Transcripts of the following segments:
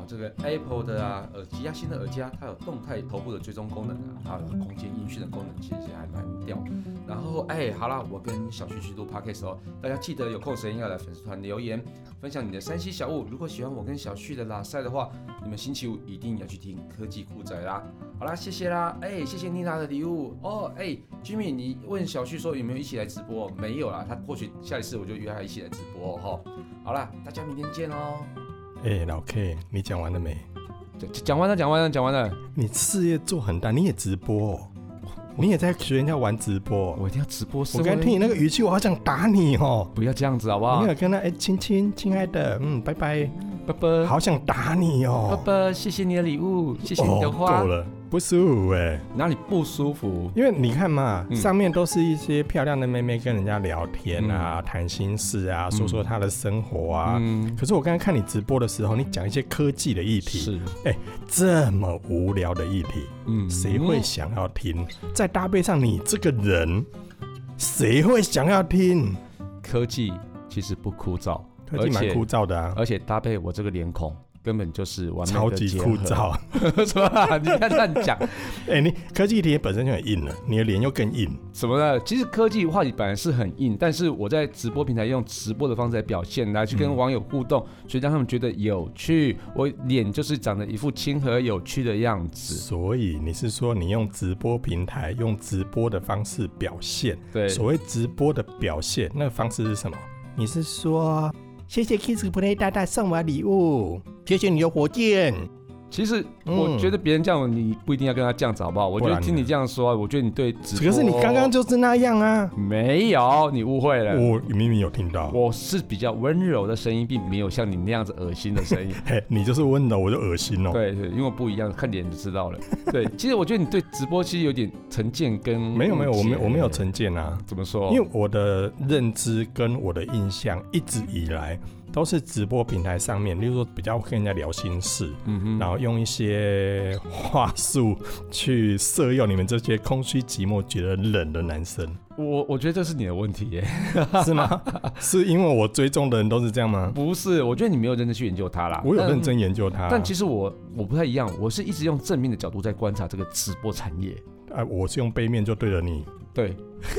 这个 Apple 的耳机啊，新的耳机啊，它有动态头部的追踪功能啊，还有空间音讯的功能，其实还蛮屌。然后好啦，我跟小旭去录 Podcast 哦，大家记得有空时间要来粉丝团留言，分享你的3C 小物。如果喜欢我跟小旭的拉塞的话，你们星期五一定要去听科技酷宅啦。好啦，谢谢啦，谢谢妮娜的礼物哦。Jimmy， 你问小旭说有没有一起来直播？没有啦，他或许下一次我就约他一起来直播哦。好啦，大家明天见哦。 老 K， 你讲完了没？ 讲完了。 你事业做很大，你也直播哦。你也在学人家玩直播， 我一定要直播。 我刚才听你那个语气，我好想打你哦！ 不要这样子好不好？ 你有跟他亲爱的，拜拜， 拜拜， 好想打你哦！ 拜拜，谢谢你的礼物，谢谢你的花。 够了，不舒服哪里不舒服？ 因为你看嘛，上面都是一些漂亮的妹妹跟人家聊天啊，谈心事啊，说说她的生活啊。可是我刚才看你直播的时候，你讲一些科技的议题， 是这么无聊的议题，谁会想要听？再搭配上你这个人，谁会想要听？ 科技其实不枯燥， 科技蛮枯燥的啊， 而且搭配我这个脸孔。根本就是完美的超级枯燥， 是吧？你看乱讲， 你科技题本身就很硬了，你的脸又更硬， 什么的？其实科技话题本来是很硬，但是我在直播平台用直播的方式来表现，来去跟网友互动，所以让他们觉得有趣。我脸就是长得一副亲和有趣的样子。 所以你是说你用直播平台用直播的方式表现？ 对， 所谓直播的表现，那个方式是什么？你是说？谢谢 Kiss Play 大大送我礼物，谢谢你的火箭。 其实我觉得别人这样，你不一定要跟他这样子，好不好？我觉得听你这样说，我觉得你对直播， 可是你刚刚就是那样啊。 没有，你误会了。 我明明有听到， 我是比较温柔的声音，并没有像你那样子恶心的声音。 你就是温柔，我就恶心哦。 对，因为我不一样，看脸就知道了。对，其实我觉得你对直播其实有点成见跟没有，我没有成见啊。 怎么说？ 因为我的认知跟我的印象一直以来。都是直播平台上面，例如说比较跟人家聊心事，然后用一些话术去色诱你们这些空虚寂寞觉得冷的男生。 我觉得这是你的问题耶。 是吗？是因为我追踪的人都是这样吗？ 不是，我觉得你没有认真去研究它啦。 我有认真研究它， 但其实我不太一样，我是一直用正面的角度在观察这个直播产业。 我是用背面就对了你。 对。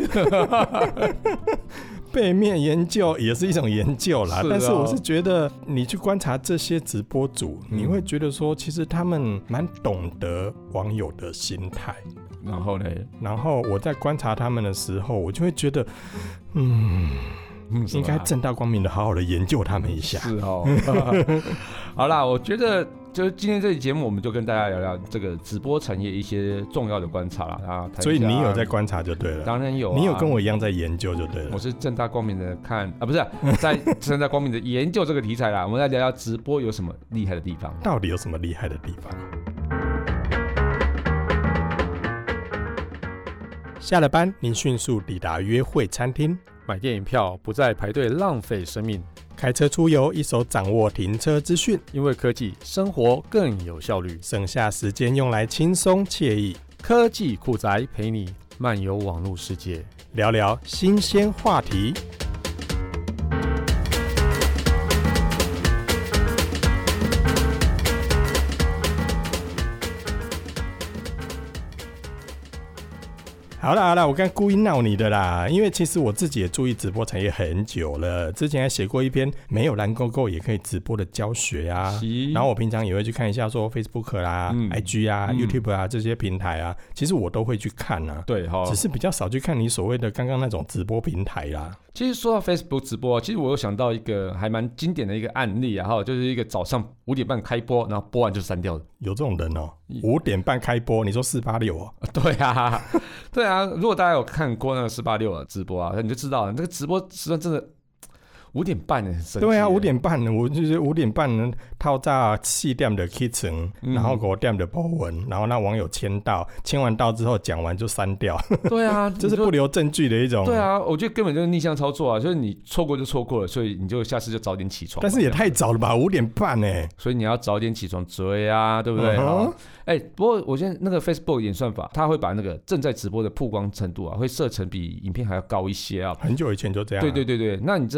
背面研究也是一种研究啦，但是我是觉得你去观察这些直播主，你会觉得说其实他们蛮懂得网友的心态。 然后呢？ 然后我在观察他们的时候，我就会觉得应该正大光明的好好的研究他们一下。 是哦。好啦，我觉得就是今天这期节目，我们就跟大家聊聊这个直播产业一些重要的观察啦。 所以你有在观察就对了。 当然有， 你有跟我一样在研究就对了。 我是正大光明的看不是在正大光明的研究这个题材啦。我们来聊聊直播有什么厉害的地方。 到底有什么厉害的地方？下了班，您迅速抵达约会餐厅， 买电影票不再排队浪费生命。 开车出游，一手掌握停车资讯， 因为科技，生活更有效率， 省下时间用来轻松惬意。 科技酷宅陪你漫游网络世界， 聊聊新鲜话题。好啦，我刚故意闹你的啦，因为其实我自己也注意直播产业很久了，之前还写过一篇没有蓝勾勾也可以直播的教学啊，然后我平常也会去看一下说 Facebook 啦、IG 啊、YouTube 啊这些平台啊，其实我都会去看啊， 对齁， 只是比较少去看你所谓的刚刚那种直播平台啦。 其实说到 Facebook 直播，其实我有想到一个还蛮经典的一个案例啊，就是一个早上5点半开播，然后播完就删掉了。 有这种人哦？5点半开播，你说486哦？ 对啊，对啊。如果大家有看过那个486的直播啊，你就知道那个直播时段真的5点半很神奇。 对啊，5点半我就是5点半透早4点就起床，然后5点就播文，然后那网友签完到之后讲完就删掉。对啊，这是不留证据的一种。 对啊，我觉得根本就是逆向操作啊，就是你错过就错过了，所以你就下次就早点起床。 但是也太早了吧，5点半欸。 所以你要早点起床追啊，对不对？不过我现在那个 Facebook 演算法，它会把那个正在直播的曝光程度啊，会设成比影片还要高一些啊。 很久以前就这样。 对，那你知道啊，其实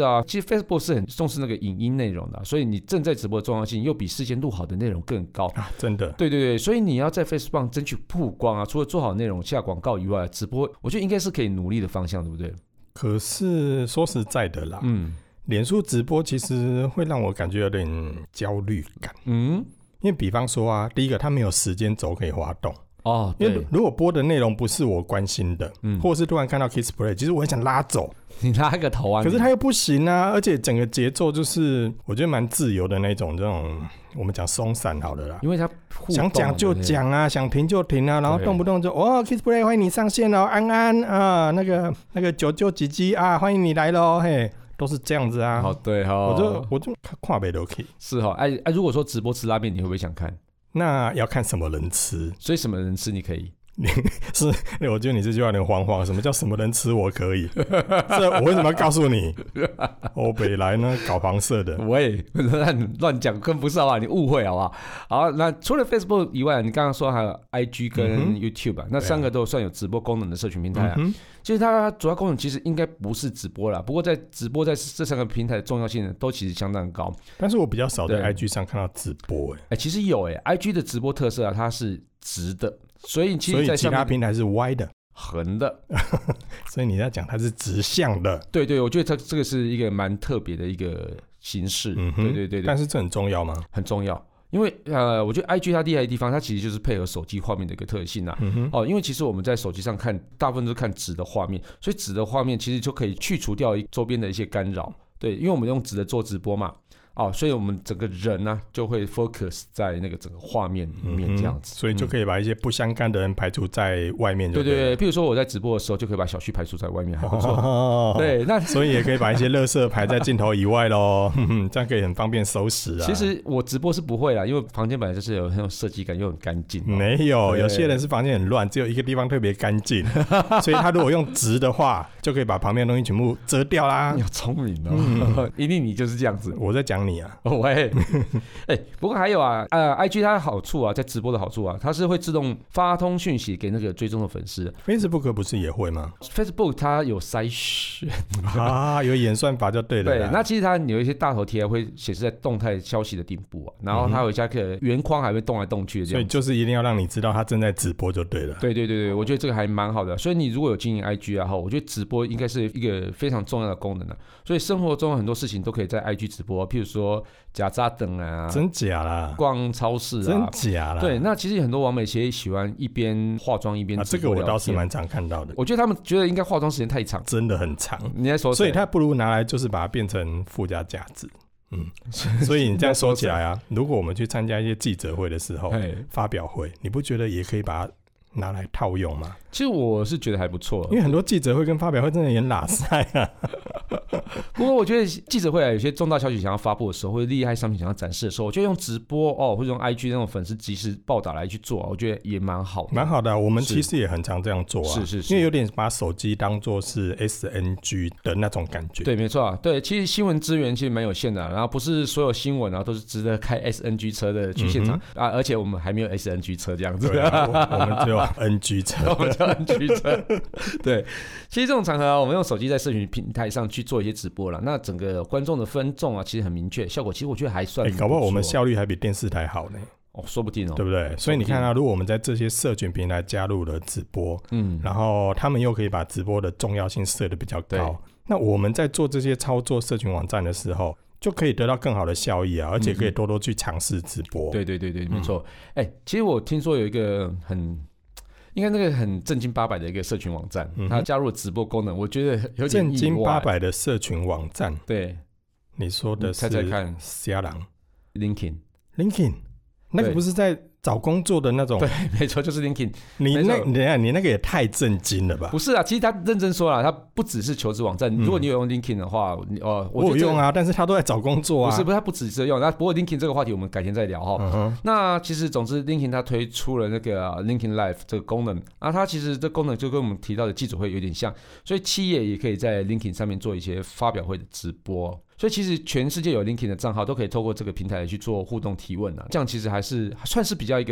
实 Facebook 是很重视那个影音内容的，所以你正在直播的重要性又比事先录好的内容更高啊！真的， 对对对，所以你要在 Facebook 上争取曝光啊，除了做好内容下广告以外，直播我觉得应该是可以努力的方向，对不对？ 可是说实在的啦，脸书直播其实会让我感觉有点焦虑感，因为比方说啊，第一个它没有时间轴可以滑动。哦，因为如果播的内容不是我关心的，或者是突然看到 Kiss Play， 其实我很想拉走， 你拉个头啊！ 可是他又不行啊，而且整个节奏就是我觉得蛮自由的那种，这种我们讲松散好了啦， 因为他想讲就讲啊，想停就停啊，然后动不动就Kiss Play 欢迎你上线哦，安安啊，那个99几鸡啊，欢迎你来咯，嘿。都是这样子啊， 对我就看不都可以是如果说直播吃拉面，你会不会想看？ 那要看什么人吃， 所以什么人吃你可以。 是，我觉得你这句话有点慌慌。什么叫什么人吃我可以？这我为什么要告诉你？我北来呢搞黄色的， 喂，乱讲更不是好不好？你误会好不好？好，那除了 Facebook 以外，你刚刚说还有 IG 跟 YouTube 那三个都算有直播功能的社群平台啊。其实它主要功能其实应该不是直播啦，不过在直播在这三个平台的重要性都其实相当高。 但是我比较少在 IG 上看到直播其实有IG 的直播特色啊，它是直的。所以其实在其他平台是歪的、 横的， 所以你在讲它是直向的。 对对，我觉得这个是一个蛮特别的一个形式。对。 但是这很重要吗？ 很重要，因为我觉得 IG 它厉害的地方，它其实就是配合手机画面的一个特性啊。因为其实我们在手机上看，大部分都是看直的画面，所以直的画面其实就可以去除掉周边的一些干扰。对，因为我们用直的做直播嘛。所以我们整个人呢就会 focus 在那个整个画面里面这样子， 所以就可以把一些不相干的人排除在外面就对了。 对，譬如说我在直播的时候就可以把小旭排除在外面，还不错。对，那所以也可以把一些垃圾排在镜头以外咯。这样可以很方便收拾啊。 其实我直播是不会啦，因为房间本来就是很有设计感又很干净。 没有，有些人是房间很乱，只有一个地方特别干净，所以他如果用直的话，就可以把旁边的东西全部遮掉啦。 你好聪明哦，一定你就是这样子。 我在讲你啊。 喂，不过还有IG 它的好处啊，在直播的好处啊，它是会自动发通讯息给那个追踪的粉丝。 Facebook 不是也会吗 ？Facebook 它有筛选有演算法就对了。 对，那其实它有一些大头贴会显示在动态消息的顶部啊，然后它有一下圆框还会动来动去的这样。 所以就是一定要让你知道它正在直播就对了。 对，我觉得这个还蛮好的。所以你如果有经营 IG 啊，我觉得直播应该是一个非常重要的功能啊。所以生活中很多事情都可以在 IG 直播，譬如说夹炸灯啊， 真假啦？ 逛超市啊， 真假啦？ 对，那其实很多网美其实喜欢一边化妆一边直播这个我倒是蛮常看到的。 我觉得他们觉得应该化妆时间太长， 真的很长。 你在说， 所以他不如拿来就是把它变成附加价值。所以你这样说起来啊，如果我们去参加一些记者会的时候，发表会，你不觉得也可以把它拿来套用吗？ 其实我是觉得还不错， 因为很多记者会跟发表会真的也拉塞啊。 不过我觉得记者会有些重大消息想要发布的时候，或者厉害商品想要展示的时候，我觉得用直播或者用 IG 那种粉丝即时报道来去做，我觉得也蛮好的。 蛮好的啊，我们其实也很常这样做啊。 是， 因为有点把手机当作是 SNG 的那种感觉。 对，没错啊。对，其实新闻资源其实蛮有限的，然后不是所有新闻都是值得开 SNG 车的去现场而且我们还没有 SNG 车这样子。 我们只有 NG 车。 我们叫 NG 车。对，其实这种场合我们用手机在社群平台上去做一些直播了，那整个观众的分众其实很明确，效果其实我觉得还算搞不好我们效率还比电视台好呢。 说不定对不对？所以你看如果我们在这些社群平台加入了直播，然后他们又可以把直播的重要性设得比较高，那我们在做这些操作社群网站的时候，就可以得到更好的效益啊，而且可以多多去尝试直播。对， 没错。其实我听说有一个应该那个很正经八百的一个社群网站，它加入了直播功能，我觉得有点意外。 正经八百的社群网站， 对， 你说的是猜猜看， 虾郎 LinkedIn， 那个不是在找工作的那种？ 对，没错，就是 LinkedIn。 你那个也太震惊了吧？ 不是啊，其实他认真说了，他不只是求职网站。如果你有用 LinkedIn 的话， 我有用啊，但是他都在找工作啊。 不是，他不只是用。不过 LinkedIn 这个话题我们改天再聊哈。那其实总之 LinkedIn 他推出了那个 LinkedIn Live 这个功能啊，它其实这功能就跟我们提到的记者会有点像，所以企业也可以在 LinkedIn 上面做一些发表会的直播。所以其实全世界有 LinkedIn 的账号都可以透过这个平台去做互动提问啊，这样其实还是算是比较一个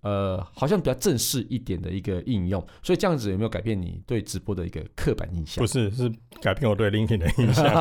好像比较正式一点的一个应用，所以这样子有没有改变你对直播的一个刻板印象？ 不是，是改变我对 LinkedIn 的印象。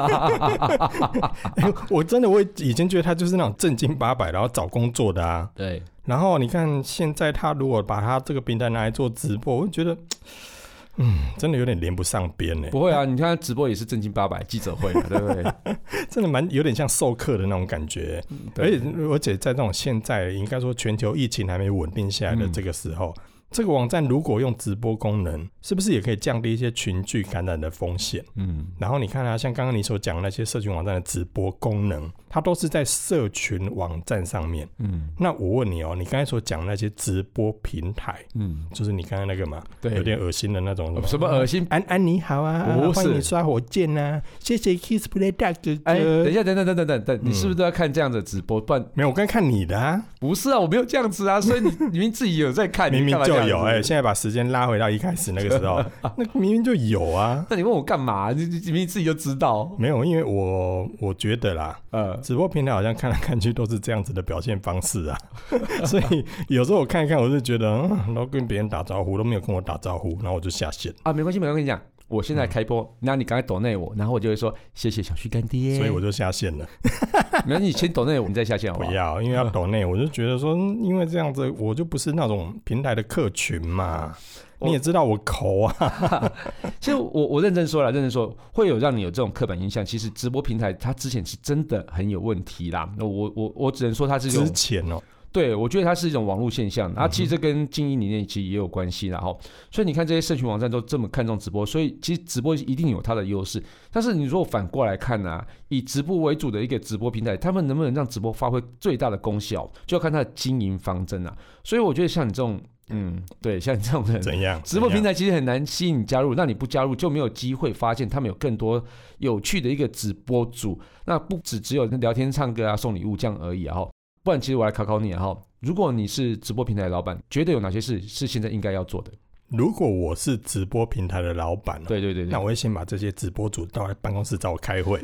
我真的以前觉得他就是那种正经八百，然后找工作的啊。 对。 然后你看现在他如果把他这个平台拿来做直播，我就觉得。真的有点连不上边呢。 不会啊，你看直播也是正经八百记者会嘛，对不对？ 真的有点像授课的那种感觉。而且在这种现在应该说全球疫情还没稳定下来的这个时候，这个网站如果用直播功能，是不是也可以降低一些群聚感染的风险？然后你看啊，像刚刚你所讲的那些社群网站的直播功能，它都是在社群网站上面。那我问你哦，你刚才所讲的那些直播平台，就是你刚才那个嘛，有点恶心的那种什么恶心？ 安你好啊，欢迎你刷火箭啊，谢谢 Kiss Play 大哥哥。 等一下，等，你是不是都要看这样的直播？不然没有，我刚看你的啊。 不是啊，我没有这样子啊，所以你明明自己有在看， 明明就有现在把时间拉回到一开始那个时候，那明明就有啊。 那你问我干嘛？你明明自己就知道。 没有，因为我觉得啦，直播平台好像看来看去都是这样子的表现方式啊，所以有时候我看一看，我就觉得，然后跟别人打招呼都没有跟我打招呼，然后我就下线啊。 没关系，我跟你讲。我现在开播，然后你赶快抖内我，然后我就会说谢谢小旭干爹， 所以我就下线了。 没有，你先抖内我，你再下线好不好？ 不要，因为要抖内，我就觉得说，因为这样子我就不是那种平台的客群嘛。你也知道我抠啊。 其实我认真说会有让你有这种刻板印象。其实直播平台它之前是真的很有问题啦。我只能说它是之前哦。 对，我觉得它是一种网络现象，其实这跟经营理念其实也有关系啦。所以你看这些社群网站都这么看重直播，所以其实直播一定有它的优势。但是你说反过来看啊，以直播为主的一个直播平台，他们能不能让直播发挥最大的功效，就要看它的经营方针啊。所以我觉得像你这种对，像你这种人怎样？ 直播平台其实很难吸引你加入，那你不加入就没有机会发现他们有更多有趣的一个直播主。那不只有聊天、唱歌啊、送礼物这样而已啊。不然，其实我来考考你啊，如果你是直播平台的老板，觉得有哪些事是现在应该要做的？ 如果我是直播平台的老板， 对，那我会先把这些直播主到办公室找我开会。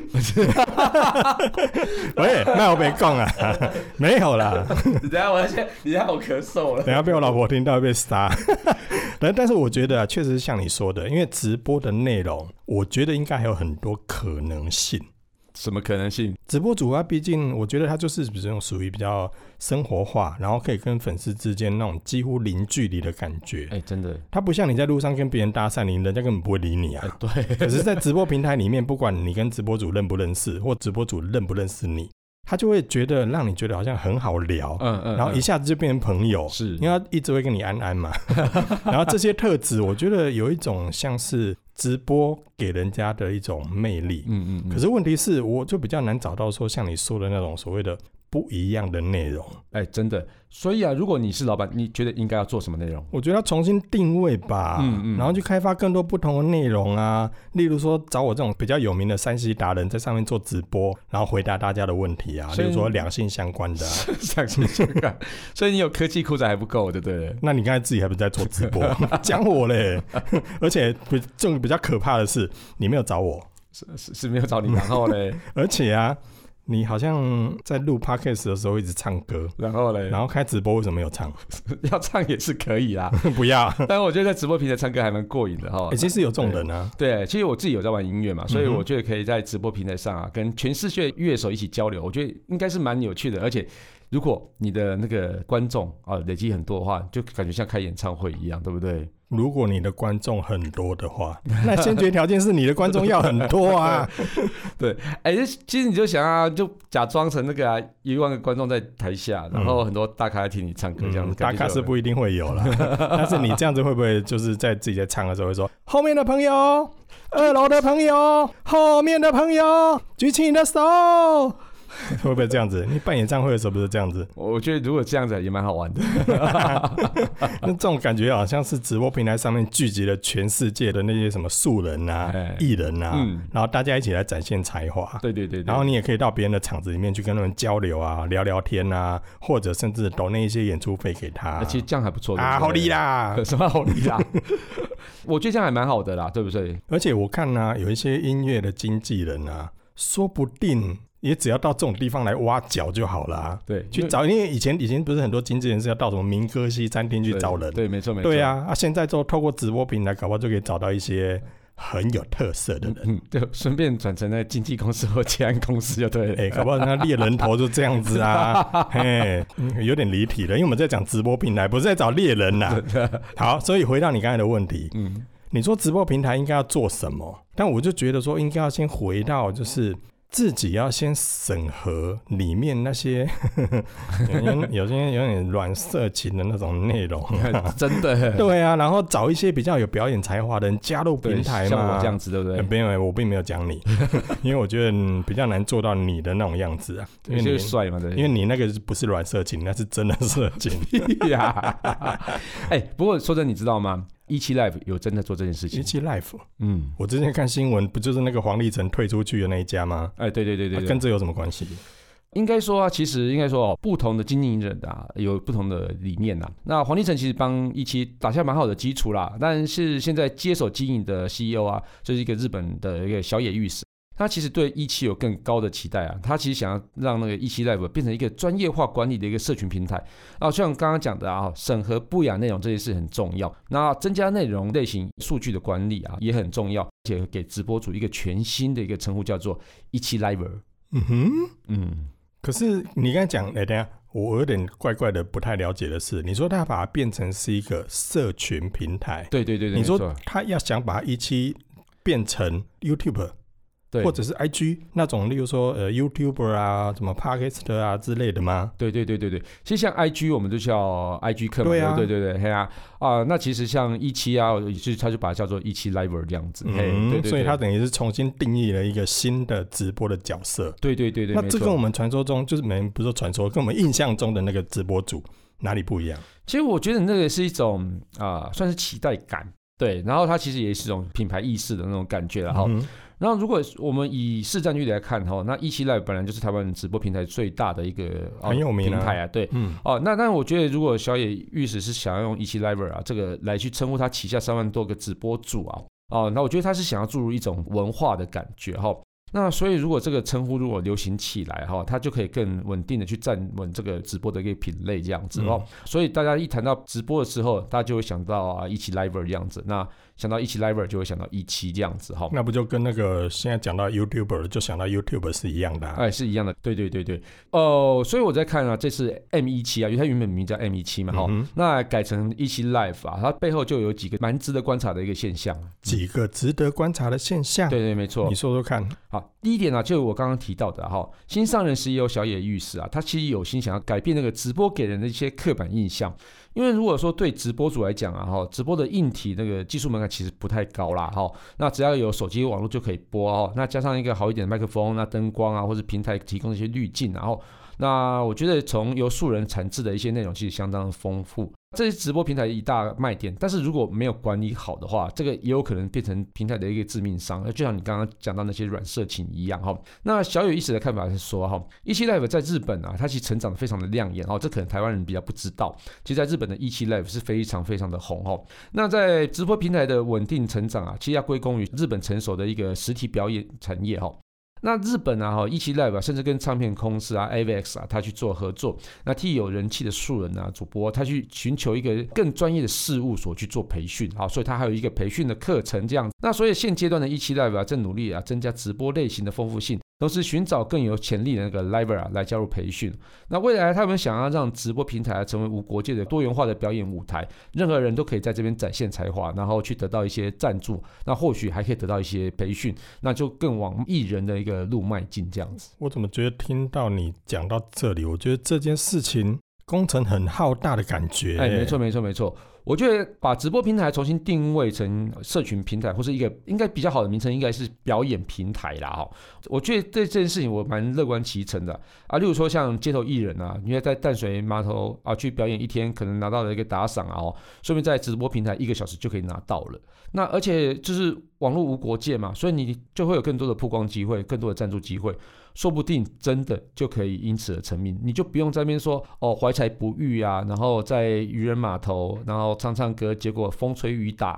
喂，那我没讲啊，没有啦。 等下你好咳嗽了， 等下被我老婆听到会被杀。但是我觉得确实像你说的，因为直播的内容，我觉得应该还有很多可能性。 什么可能性？ 直播主毕竟我觉得他就是属于比较生活化，然后可以跟粉丝之间那种几乎零距离的感觉。 真的， 他不像你在路上跟别人搭讪，人家根本不会理你啊。 对。 可是，在直播平台里面，不管你跟直播主认不认识，或直播主认不认识你，他就会让你觉得好像很好聊，然后一下子就变成朋友， 是因为他一直会跟你安嘛。然后这些特质，我觉得有一种像是直播给人家的一种魅力。可是问题是，我就比较难找到说像你说的那种所谓的不一样的内容。 真的。所以啊，如果你是老板，你觉得应该要做什么内容？ 我觉得要重新定位吧，然后去开发更多不同的内容啊。例如说，找我这种比较有名的3C达人，在上面做直播，然后回答大家的问题啊。例如说两性相关的啊， 两性相关。所以你有科技酷仔还不够，对不对？ 那你刚才自己还不是在做直播，讲我嘞？而且比较可怕的是，你没有找我， 是没有找你，然后嘞， 而且啊。你好像在录 podcast 的时候一直唱歌， 然后开直播为什么没有唱？ 要唱也是可以啦， 不要。 但我觉得在直播平台唱歌还蛮过瘾的哈。 其实有这种人啊。 对，其实我自己有在玩音乐嘛，所以我觉得可以在直播平台上啊，跟全世界乐手一起交流，我觉得应该是蛮有趣的。而且如果你的那个观众累积很多的话，就感觉像开演唱会一样，对不对？ 如果你的观众很多的话，那先决条件是你的观众要很多啊。 对，其实你就想啊，就假装成那个1万个观众在台下，然后很多大咖在听你唱歌这样子。 大咖是不一定会有啦，但是你这样子会不会就是在自己在唱的时候会说，后面的朋友，2楼的朋友，后面的朋友，举起你的手。会不会这样子？你办演唱会的时候不是这样子？ 我觉得如果这样子也蛮好玩的。 那这种感觉好像是直播平台上面聚集了全世界的那些什么素人啊、艺人啊，然后大家一起来展现才华。 对。 然后你也可以到别人的场子里面去跟他们交流啊、聊聊天啊，或者甚至抖那一些演出费给他。 其实这样还不错啊，好利啦！ 什么好利啦？我觉得这样还蛮好的啦，对不对？ 而且我看啊，有一些音乐的经纪人啊，说不定也只要到这种地方来挖角就好了啊。 对， 去找，因为以前不是很多经纪人是要到什么民歌西餐厅去找人。 对，没错。 对啊，现在就透过直播平台，搞不好就可以找到一些很有特色的人。 对，顺便转成那经纪公司或接案公司就对了。 搞不好那猎人头就这样子啊。有点离题了，因为我们在讲直播平台，不是在找猎人啦。好，所以回到你刚才的问题，你说直播平台应该要做什么？但我就觉得说，应该要先回到就是自己要先审核里面那些有些有点软色情的那种内容。 真的。 对啊，然后找一些比较有表演才华的人加入平台嘛。 像我这样子，对不对？ 没有，我并没有讲你，因为我觉得比较难做到你的那种样子啊。 因为你帅嘛，对。 因为你那个不是软色情，那是真的色情。 不过说真的，你知道吗？17 Live 有真的做这件事情。 17 Live，我之前看新闻，不就是那个黄立成退出去的那一家吗？ 对， 跟这有什么关系？ 应该说啊，其实应该说不同的经营人啊，有不同的理念啊。那黄立成其实帮17打下蛮好的基础啦，但是现在接手经营的 CEO 啊，就是一个日本的一个小野裕史。他其实对17有更高的期待啊，他其实想要让那个17 Live 变成一个专业化管理的一个社群平台啊，像刚刚讲的啊，审核不雅内容这些事很重要，那增加内容类型数据的管理啊也很重要，而且给直播主一个全新的一个称呼叫做17 Liver。 可是你刚才讲，等一下，我有点怪怪的，不太了解的是，你说他把它变成是一个社群平台， 对， 你说他要想把17变成 YouTube。或者是 IG 那种，例如说YouTuber 啊，什么 Podcast 啊之类的吗？ 对，其实像 IG 我们就叫 IG 客嘛，对，嘿啊，那其实像17啊，他就把它叫做17 Liver 这样子，对， 所以他等于是重新定义了一个新的直播的角色。 对， 那这跟我们传说中就是不是说传说，跟我们印象中的那个直播主哪里不一样？ 其实我觉得那个是一种算是期待感，对，然后它其实也是一种品牌意识的那种感觉，然后如果我们以市占率来看那17 Live 本来就是台湾直播平台最大的一个很有名平台啊，对，那我觉得如果小野裕史是想要用17 Live 这个来去称呼他旗下3万多个直播主那我觉得他是想要注入一种文化的感觉那所以如果这个称呼如果流行起来它就可以更稳定的去站稳这个直播的一个品类这样子所以大家一谈到直播的时候，大家就会想到17 Live 这样子，那想到17 Live 就会想到17这样子那不就跟那个现在讲到 YouTuber 就想到 YouTuber 是一样的是一样的，对，所以我在看这次 M17因为它原本名叫 M17 嘛那改成17 Live 它背后就有几个蛮值得观察的一个现象， 几个值得观察的现象， 对，没错， 你说说看。 好，第一点就是我刚刚提到的新上任 CEO 小野裕史他其实有心想要改变那个直播给人的一些刻板印象，因为如果说对直播主来讲直播的硬体那个技术门槛其实不太高啦那只要有手机网络就可以播那加上一个好一点的麦克风，那灯光或者平台提供一些滤镜那我觉得从由素人产制的一些内容其实相当的丰富，这是直播平台一大卖点，但是如果没有管理好的话，这个也有可能变成平台的一个致命伤，就像你刚刚讲到那些软色情一样那小野裕史的看法是说17 Live 在日本它其实成长得非常的亮眼这可能台湾人比较不知道，其实在日本的17 Live 是非常非常的红那在直播平台的稳定成长其实要归功于日本成熟的一个实体表演产业那日本17 Live 甚至跟唱片公司AVX 他去做合作，那替有人气的素人主播他去寻求一个更专业的事务所去做培训所以他还有一个培训的课程这样。那所以现阶段的17 Live 正努力增加直播类型的丰富性，同时寻找更有潜力的那个 Liver 来加入培训。那未来他们想要让直播平台成为无国界的多元化的表演舞台，任何人都可以在这边展现才华，然后去得到一些赞助，那或许还可以得到一些培训，那就更往艺人的一个路迈进这样子。 我怎么觉得听到你讲到这里，我觉得这件事情工程很浩大的感觉。 没错。我觉得把直播平台重新定位成社群平台，或是一个应该比较好的名称，应该是表演平台啦我觉得这件事情我蛮乐观其成的例如说像街头艺人因为在淡水码头去表演一天，可能拿到了一个打赏顺便在直播平台1个小时就可以拿到了。那而且就是网络无国界嘛，所以你就会有更多的曝光机会，更多的赞助机会，说不定真的就可以因此而成名。你就不用在那边说怀才不遇然后在渔人码头然后唱歌，结果风吹雨打，对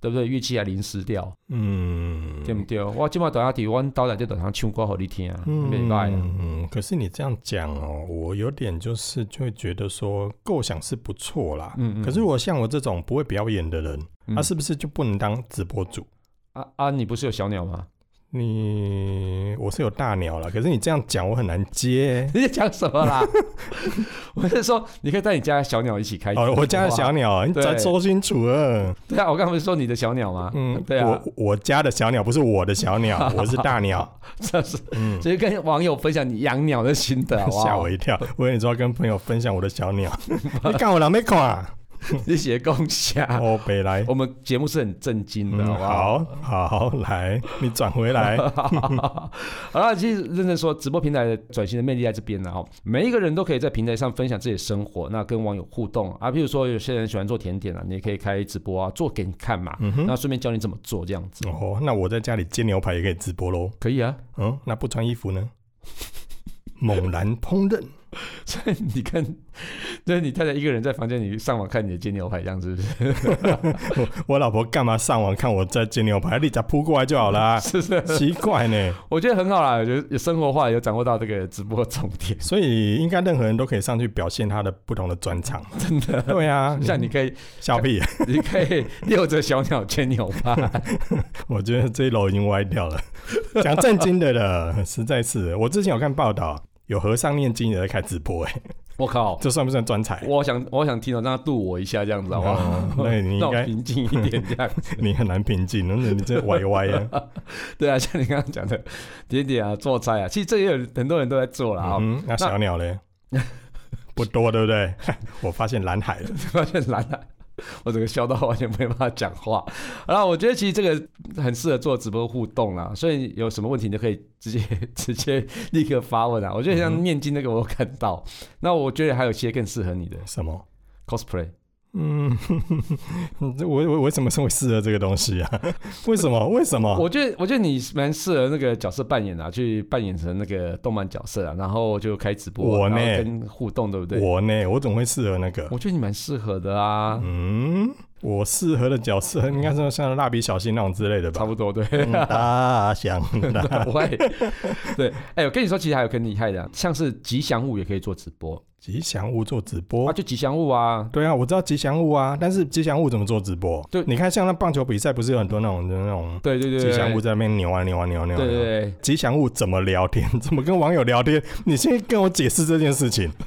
对不对？乐器还淋湿掉，对不对？我今晚等下在我岛内就等下唱歌给你听，没赖。 可是你这样讲我有点就会觉得说构想是不错啦，可是如果像我这种不会表演的人，他是不是就不能当直播主？ 你不是有小鸟吗？ 我是有大鸟啦，可是你这样讲我很难接。 你在讲什么啦？我是说你可以带你家的小鸟一起开直播。 我家的小鸟，你才说清楚了。 对啊，我刚刚不是说你的小鸟吗？对啊， 我家的小鸟不是我的小鸟，我是大鸟。 这是，所以跟网友分享你养鸟的心得，好不好？ 吓我一跳，我跟你说跟朋友分享我的小鸟，你干我人没看？ 你写共享哦，北来， 我们节目是很正经的，好不好？ 好，来，你转回来。 好了，其实认真说，直播平台的转型的魅力在这边呢。每一个人都可以在平台上分享自己的生活，那跟网友互动啊。譬如说，有些人喜欢做甜点啊，你也可以开直播啊，做给你看嘛。那顺便教你怎么做，这样子。 那我在家里煎牛排也可以直播咯。 可以啊。 那不穿衣服呢？猛然烹饪。 所以你看，就是你太太一个人在房间里上网看你的煎牛排，这样是不是？ 我老婆干嘛上网看我在煎牛排？你只扑过来就好啦。是奇怪呢。 我觉得很好啦，有生活化，有掌握到这个直播重点， 所以应该任何人都可以上去表现他的不同的专长。真的？对啊， 像你可以笑屁， 你可以遛着小鸟煎牛排。 我觉得这一楼已经歪掉了。讲正经的了，实在是，我之前有看报道。有和尚念经也在开直播我靠， 这算不算专才？ 我想听到让他度我一下，这样子好不好？ 那你应该平静一点，这样子。 你很难平静，你这歪歪啊。 对啊，像你刚刚讲的点点啊、做菜啊，其实这也有很多人都在做了那小鸟嘞？不多，对不对？我发现蓝海了， 发现蓝海。我整个笑到完全没办法讲话。然后我觉得其实这个很适合做直播互动啦，所以有什么问题你就可以直接立刻发问啊。我觉得像念经那个我有看到，那我觉得还有些更适合你的什么 cosplay。 我为什么会适合这个东西啊？为什么？我觉得你蛮适合那个角色扮演啊，去扮演成那个动漫角色啊，然后就开直播， 我呢跟互动，对不对？ 我怎么会适合那个？ 我觉得你蛮适合的啊。 我适合的角色应该是像蜡笔小新那种之类的吧？ 差不多，对。 大象， 对，我跟你说，其实还有更厉害的，像是吉祥物也可以做直播。 吉祥物做直播就吉祥物啊。 对啊，我知道吉祥物啊，但是吉祥物怎么做直播？对，你看像那棒球比赛，不是有很多那种对吉祥物在那边扭啊。 对， 吉祥物怎么聊天？怎么跟网友聊天？你先跟我解释这件事情。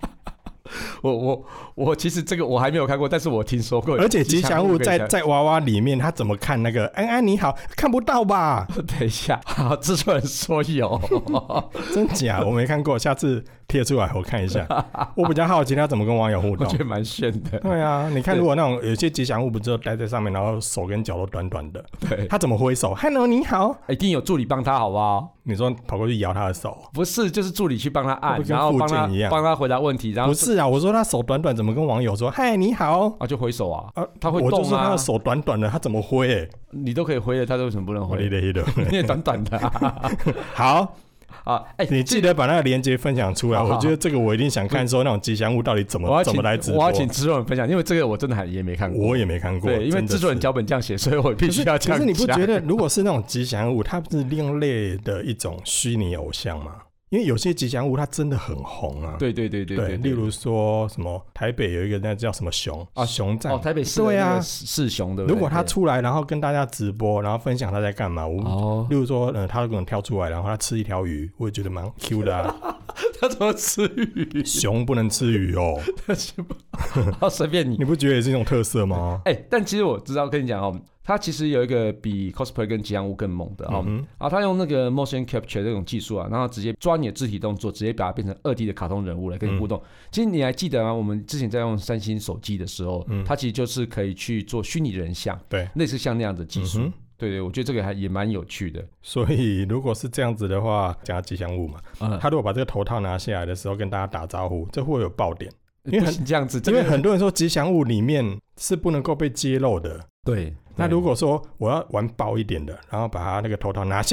我其实这个我还没有看过，但是我听说过。 而且吉祥物在娃娃里面，他怎么看那个安安你好？看不到吧？ 等一下，制作人说有， 真假？我没看过，下次贴出来我看一下。我比较好奇他怎么跟网友互动， 我觉得蛮炫的。 对啊，你看如果那种有些吉祥物不是待在上面，然后手跟脚都短短的， 对， 他怎么挥手 ？Hello， 你好， 一定有助理帮他，好不好？ 你说跑过去摇他的手？ 不是，就是助理去帮他按， 然后帮他回答问题。然后不是啊，我说他手短短，怎么跟网友说嗨你好就挥手啊？他会动啊。 我就说他的手短短的，他怎么挥？ 你都可以挥的，他为什么不能挥？你也短短的。 好。你记得把那个链接分享出来。我觉得这个我一定想看，说那种吉祥物到底怎么来直播。 我要请制作人分享，因为这个我真的也没看过。 我也没看过。 对，因为制作人脚本这样写，所以我必须要这样讲。 可是你不觉得，如果是那种吉祥物，它不是另类的一种虚拟偶像吗？因为有些吉祥物它真的很红啊。 对， 例如说什么台北有一个那叫什么熊熊站台北市的那个市熊的。 如果他出来，然后跟大家直播，然后分享他在干嘛，例如说他可能跳出来，然后他吃一条鱼，我也觉得蛮 Q 的啊。 他怎么吃鱼？ 熊不能吃鱼哦。 随便你。 你不觉得也是一种特色吗？ 但其实我知道，跟你讲他其实有一个比 cosplay 跟吉祥物更猛的他用那个 motion capture 这种技术然后直接抓你的肢体动作，直接把它变成2D 的卡通人物来跟你互动。其实你还记得吗？我们之前在用三星手机的时候，它其实就是可以去做虚拟人像，对，类似像那样的技术。对，我觉得这个也蛮有趣的。 所以如果是这样子的话，讲吉祥物嘛，他如果把这个头套拿下来的时候跟大家打招呼，这会有爆点。 因为这样子， 因为很多人说吉祥物里面是不能够被揭露的。 对， 那如果说我要玩爆一点的，然后把他那个头套拿下来，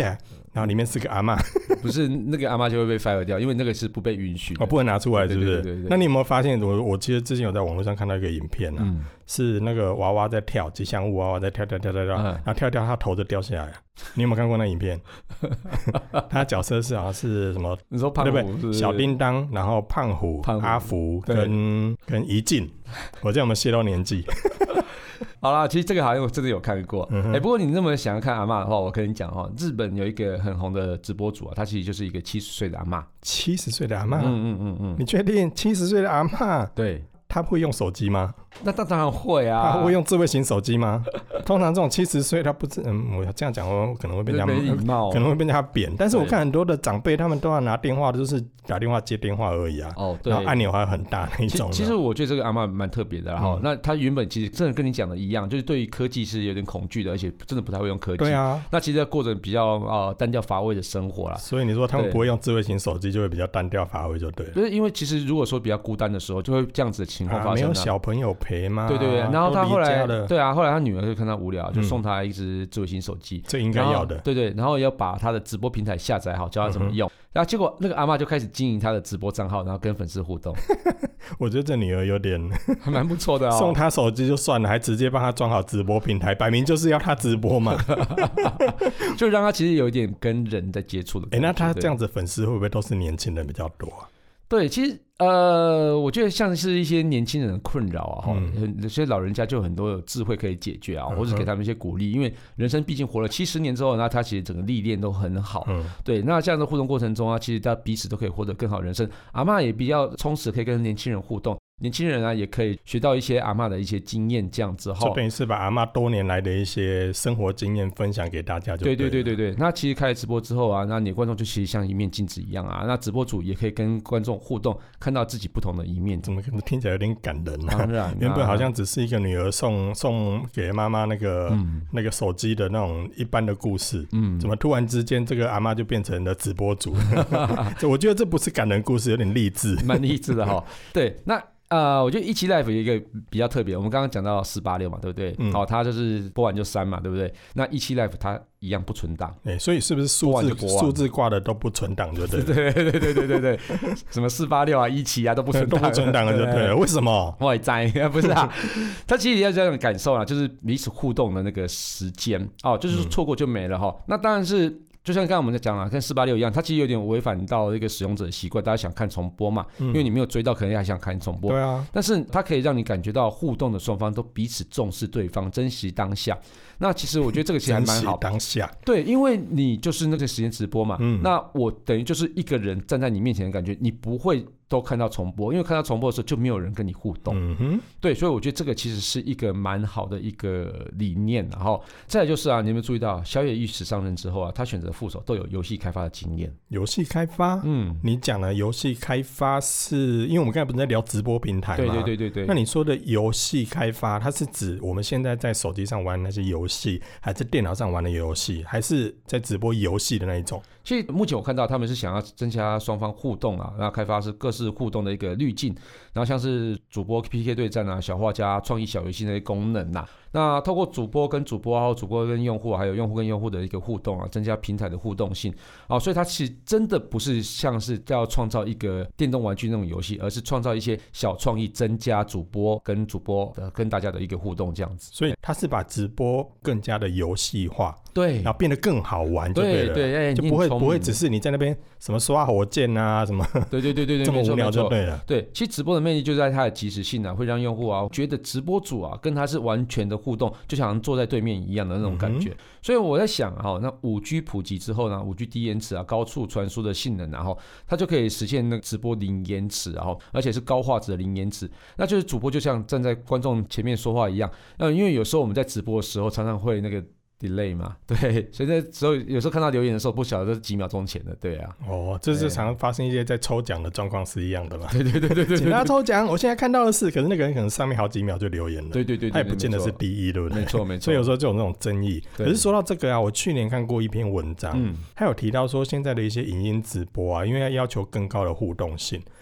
然后里面是个阿嬷， 不是那个阿嬷就会被 fire 掉，因为那个是不被允许的， 不能拿出来，是不是？ 对。 那你有没有发现，我其实之前有在网络上看到一个影片啊，是那个娃娃在跳吉祥物娃娃在跳，然后跳它头就掉下来。你有没有看过那影片？他角色是好像是什么？ 你说胖虎是不是？ 小叮当，然后胖虎、阿福跟怡静，我这样有没有泄露年纪？ 好啦，其实这个好像我真的有看过。不过你那么想要看阿嬷的话，我跟你讲日本有一个很红的直播主啊，他其实就是一个70岁的阿嬷。 70岁的阿嬷？你确定70岁的阿嬷？ 对。 他会用手机吗？ 那当然会啊。 他会用智慧型手机吗？通常这种70岁他不是，我这样讲我可能会被人家没礼貌， 可能会被人家扁。但是我看很多的长辈他们都要拿电话，就是打电话接电话而已啊。对。然后按钮还很大那一种。 其实我觉得这个阿嬷蛮特别的啦。那他原本其实真的跟你讲的一样，就是对于科技是有点恐惧的，而且真的不太会用科技。 对啊。 那其实过着比较单调乏味的生活啦。 所以你说他们不会用智慧型手机，就会比较单调乏味，就对了。 不是因为其实如果说比较孤单的时候，就会这样子的情况发生。 没有小朋友陪吗？ 对。然后他后来，对啊，后来他女儿就看他无聊，就送他一只智慧型手机， 这应该要的。 对，然后要把他的直播平台下载好，教他怎么用。然后结果那个阿嬷就开始经营他的直播账号，然后跟粉丝互动。 我觉得这女儿有点还蛮不错的送他手机就算了，还直接帮他装好直播平台，摆明就是要他直播嘛。 就让他其实有一点跟人在接触的感觉。 那他这样子粉丝会不会都是年轻人比较多啊？ 对，其实我觉得像是一些年轻人的困扰啊，有些老人家就有很多有智慧可以解决啊，或者给他们一些鼓励，因为人生毕竟活了70年之后，那他其实整个历练都很好。对，那这样的互动过程中啊，其实大家彼此都可以获得更好的人生。阿嬷也比较充实，可以跟年轻人互动。年轻人啊，也可以学到一些阿嬷的一些经验，这样之后， 就等于是把阿嬷多年来的一些生活经验分享给大家就对了。 对。那其实开了直播之后啊，那你的观众就其实像一面镜子一样啊，那直播主也可以跟观众互动，看到自己不同的一面。 怎么可能听起来有点感人啊？ 当然， 原本好像只是一个女儿送给妈妈那个手机的那种一般的故事，怎么突然之间这个阿嬷就变成了直播主？我觉得这不是感人故事，有点励志， 蛮励志的哈。对，那。我觉得17Live 有一个比较特别，我们刚刚讲到486嘛，对不对？它就是播完就删嘛，对不对？那17Live 它一样不存档， 所以是不是数字挂的都不存档就对了？ 对，什么486啊、17啊都不存档， 都不存档了就对了。为什么？ 我也在，不是啊，它其实要这样感受啊，就是彼此互动的那个时间就是错过就没了哈。那当然是。就像刚刚我们在讲跟486一样，它其实有点违反到一个使用者的习惯，大家想看重播嘛，因为你没有追到，可能还想看重播。 对啊。 但是它可以让你感觉到互动的双方都彼此重视对方，珍惜当下。那其实我觉得这个其实还蛮好。 珍惜当下。 对，因为你就是那个时间直播嘛，那我等于就是一个人站在你面前的感觉，你不会都看到重播，因为看到重播的时候就没有人跟你互动。对，所以我觉得这个其实是一个蛮好的一个理念。然后再来就是啊，你有没有注意到小野玉史上任之后啊，他选择副手都有游戏开发的经验。 游戏开发？你讲的游戏开发是因为我们刚才不是在聊直播平台吗？ 对。 那你说的游戏开发，它是指我们现在在手机上玩那些游戏，还是电脑上玩的游戏，还是在直播游戏的那一种？ 其实目前我看到他们是想要增加双方互动啊，然后开发是各式互动的一个滤镜，然后像是主播 PK 对战啊、小画家、创意小游戏那些功能啊，那透过主播跟主播，还有主播跟用户，还有用户跟用户的一个互动啊，增加平台的互动性啊，所以它其实真的不是像是要创造一个电动玩具那种游戏，而是创造一些小创意，增加主播跟大家的一个互动这样子。 所以它是把直播更加的游戏化， 对， 然后变得更好玩就对了， 对， 就不会只是你在那边什么刷火箭啊什么， 对， 这么无聊就对了。 对，其实直播的魅力就在它的即时性啊，会让用户啊觉得直播主啊跟他是完全的互动，就像坐在对面一样的那种感觉。所以我在想那 5G 普及之后呢， 5G 低延迟啊、高速传输的性能，然后它就可以实现那个直播零延迟，然后而且是高画质的零延迟，那就是主播就像站在观众前面说话一样。因为有时候我们在直播的时候常常会那个delay 嘛，对，所以那时候有时候看到留言的时候，不晓得这是几秒钟前的，对啊。 这是常发生一些在抽奖的状况是一样的嘛？ 对， 请大家抽奖，我现在看到的是，可是那个人可能上面好几秒就留言了， 对， 他也不见得是第一，对不对？ 没错。 所以有时候就有那种争议。可是说到这个啊，我去年看过一篇文章，他有提到说现在的一些影音直播啊，因为要求更高的互动性，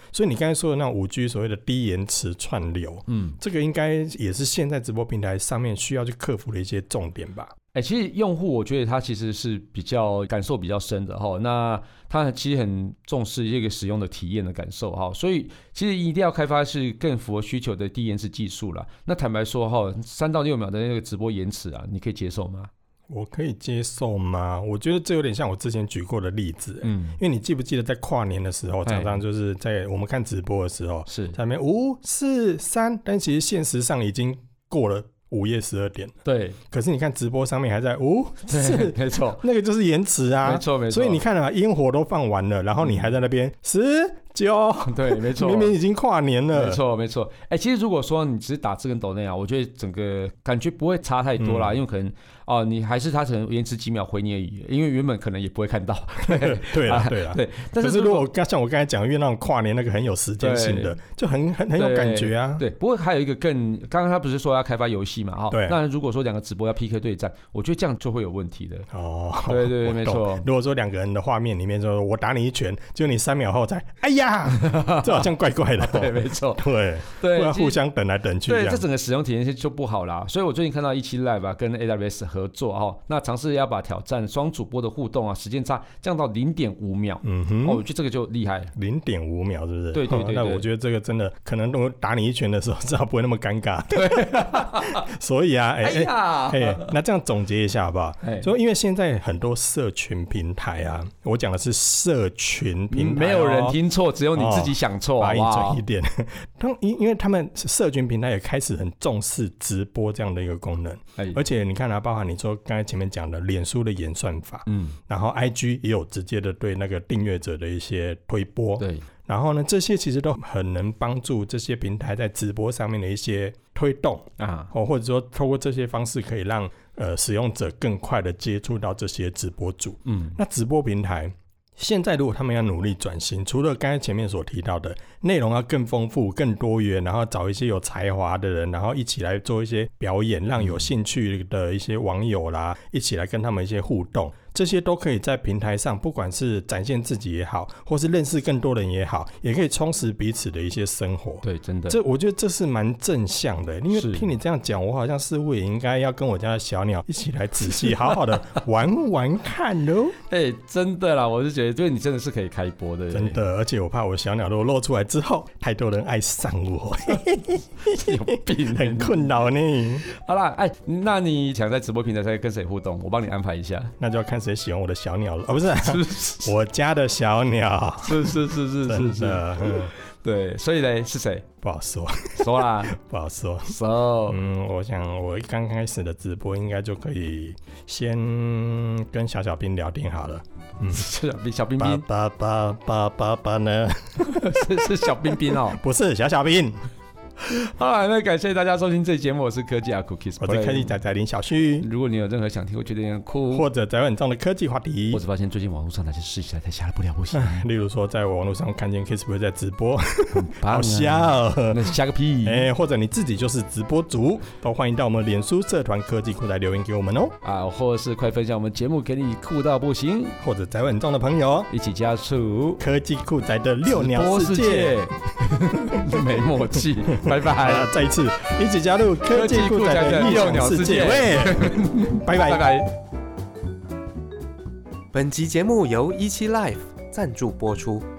所以你刚才说的那种 5G 所谓的低延迟串流，这个应该也是现在直播平台上面需要去克服的一些重点吧。 其实用户我觉得他其实是比较感受比较深的哈，那他其实很重视这个使用的体验的感受哈，所以其实一定要开发是更符合需求的低延迟技术啦。那坦白说哈，3到6秒的那个直播延迟啊，你可以接受吗？ 我可以接受吗？我觉得这有点像我之前举过的例子，因为你记不记得在跨年的时候，常常就是在我们看直播的时候， 是在那边5、4、3，但其实现实上已经过了午夜12点，对。可是你看直播上面还在5、4， 没错， 那个就是延迟啊， 没错没错。 所以你看啊，烟火都放完了，然后你还在那边10、9， 对，没错， 明明已经跨年了， 没错没错。其实如果说你只是打字跟抖内啊，我觉得整个感觉不会差太多啦，因为可能你还是他可能延迟几秒回你而已，因为原本可能也不会看到。 对啦。对。但是如果像我刚才讲，因为那种跨年那个很有时间性的，就很有感觉啊。 对，不过还有一个刚刚他不是说要开发游戏嘛？ 对。 那如果说2个直播要 PK 对战，我觉得这样就会有问题的。对，没错。 如果说2个人的画面里面说我打你一拳，就你3秒后才哎呀，这好像怪怪的。 对，没错。 对，不然互相等来等去。 对，这整个使用体验就不好啦。所以我最近看到17 Live 啊跟 AWS 合作那尝试要把挑战双主播的互动时间差降到 0.5 秒。我觉得这个就厉害了。 0.5秒是不是？ 对。 那我觉得这个真的可能我打你一拳的时候，至少不会那么尴尬。对。所以啊，那这样总结一下好不好？所以因为现在很多社群平台啊，我讲的是社群平台， 没有人听错，只有你自己想错， 好不好？准一点。因为他们社群平台也开始很重视直播这样的一个功能，而且你看包含你说刚才前面讲的脸书的演算法，然后 IG 也有直接的对那个订阅者的一些推播，对。然后呢，这些其实都很能帮助这些平台在直播上面的一些推动或者说透过这些方式可以让使用者更快的接触到这些直播主。那直播平台现在如果他们要努力转型，除了刚才前面所提到的内容要更丰富更多元，然后找一些有才华的人，然后一起来做一些表演，让有兴趣的一些网友啦一起来跟他们一些互动，这些都可以在平台上不管是展现自己也好，或是认识更多人也好，也可以充实彼此的一些生活。 对，真的， 我觉得这是蛮正向的。因为听你这样讲，我好像似乎也应该要跟我家的小鸟一起来仔细好好的玩玩看咯。 真的啦，我是觉得就是你真的是可以开播的， 真的。而且我怕我小鸟如果露出来之后太多人爱上我有病， 很困扰呢。 好啦，那你想在直播平台上跟谁互动，我帮你安排一下。 那就要看谁喜欢我的小鸟了。不是我家的小鸟。 是真的。对，所以呢是谁？ 不好说。 说啦。 不好说。我想我刚开始的直播应该就可以先跟小兵聊天好了。 小冰冰。 爸呢？ 是小冰冰哦， 不是小兵。 好了，那感谢大家收听这期节目，我是科技阿酷 Kiss， 我是科技仔林小旭。 如果你有任何想听或觉得有点酷， 或者在很重的科技话题， 或者发现最近网络上哪些事实在太瞎了不了不行， 例如说在网络上看见 Kiss 在直播， 好瞎哦， 那瞎个屁！ 或者你自己就是直播主，都欢迎到我们脸书社团科技酷仔留言给我们哦。 或者是快分享我们节目给你酷到不行， 或者在很重的朋友一起加入科技酷仔的遛鸟世界。 没默契，拜拜。 再一次一起加入科技酷仔的遛鸟世界，拜拜。 本集节目由17 Live 赞助播出。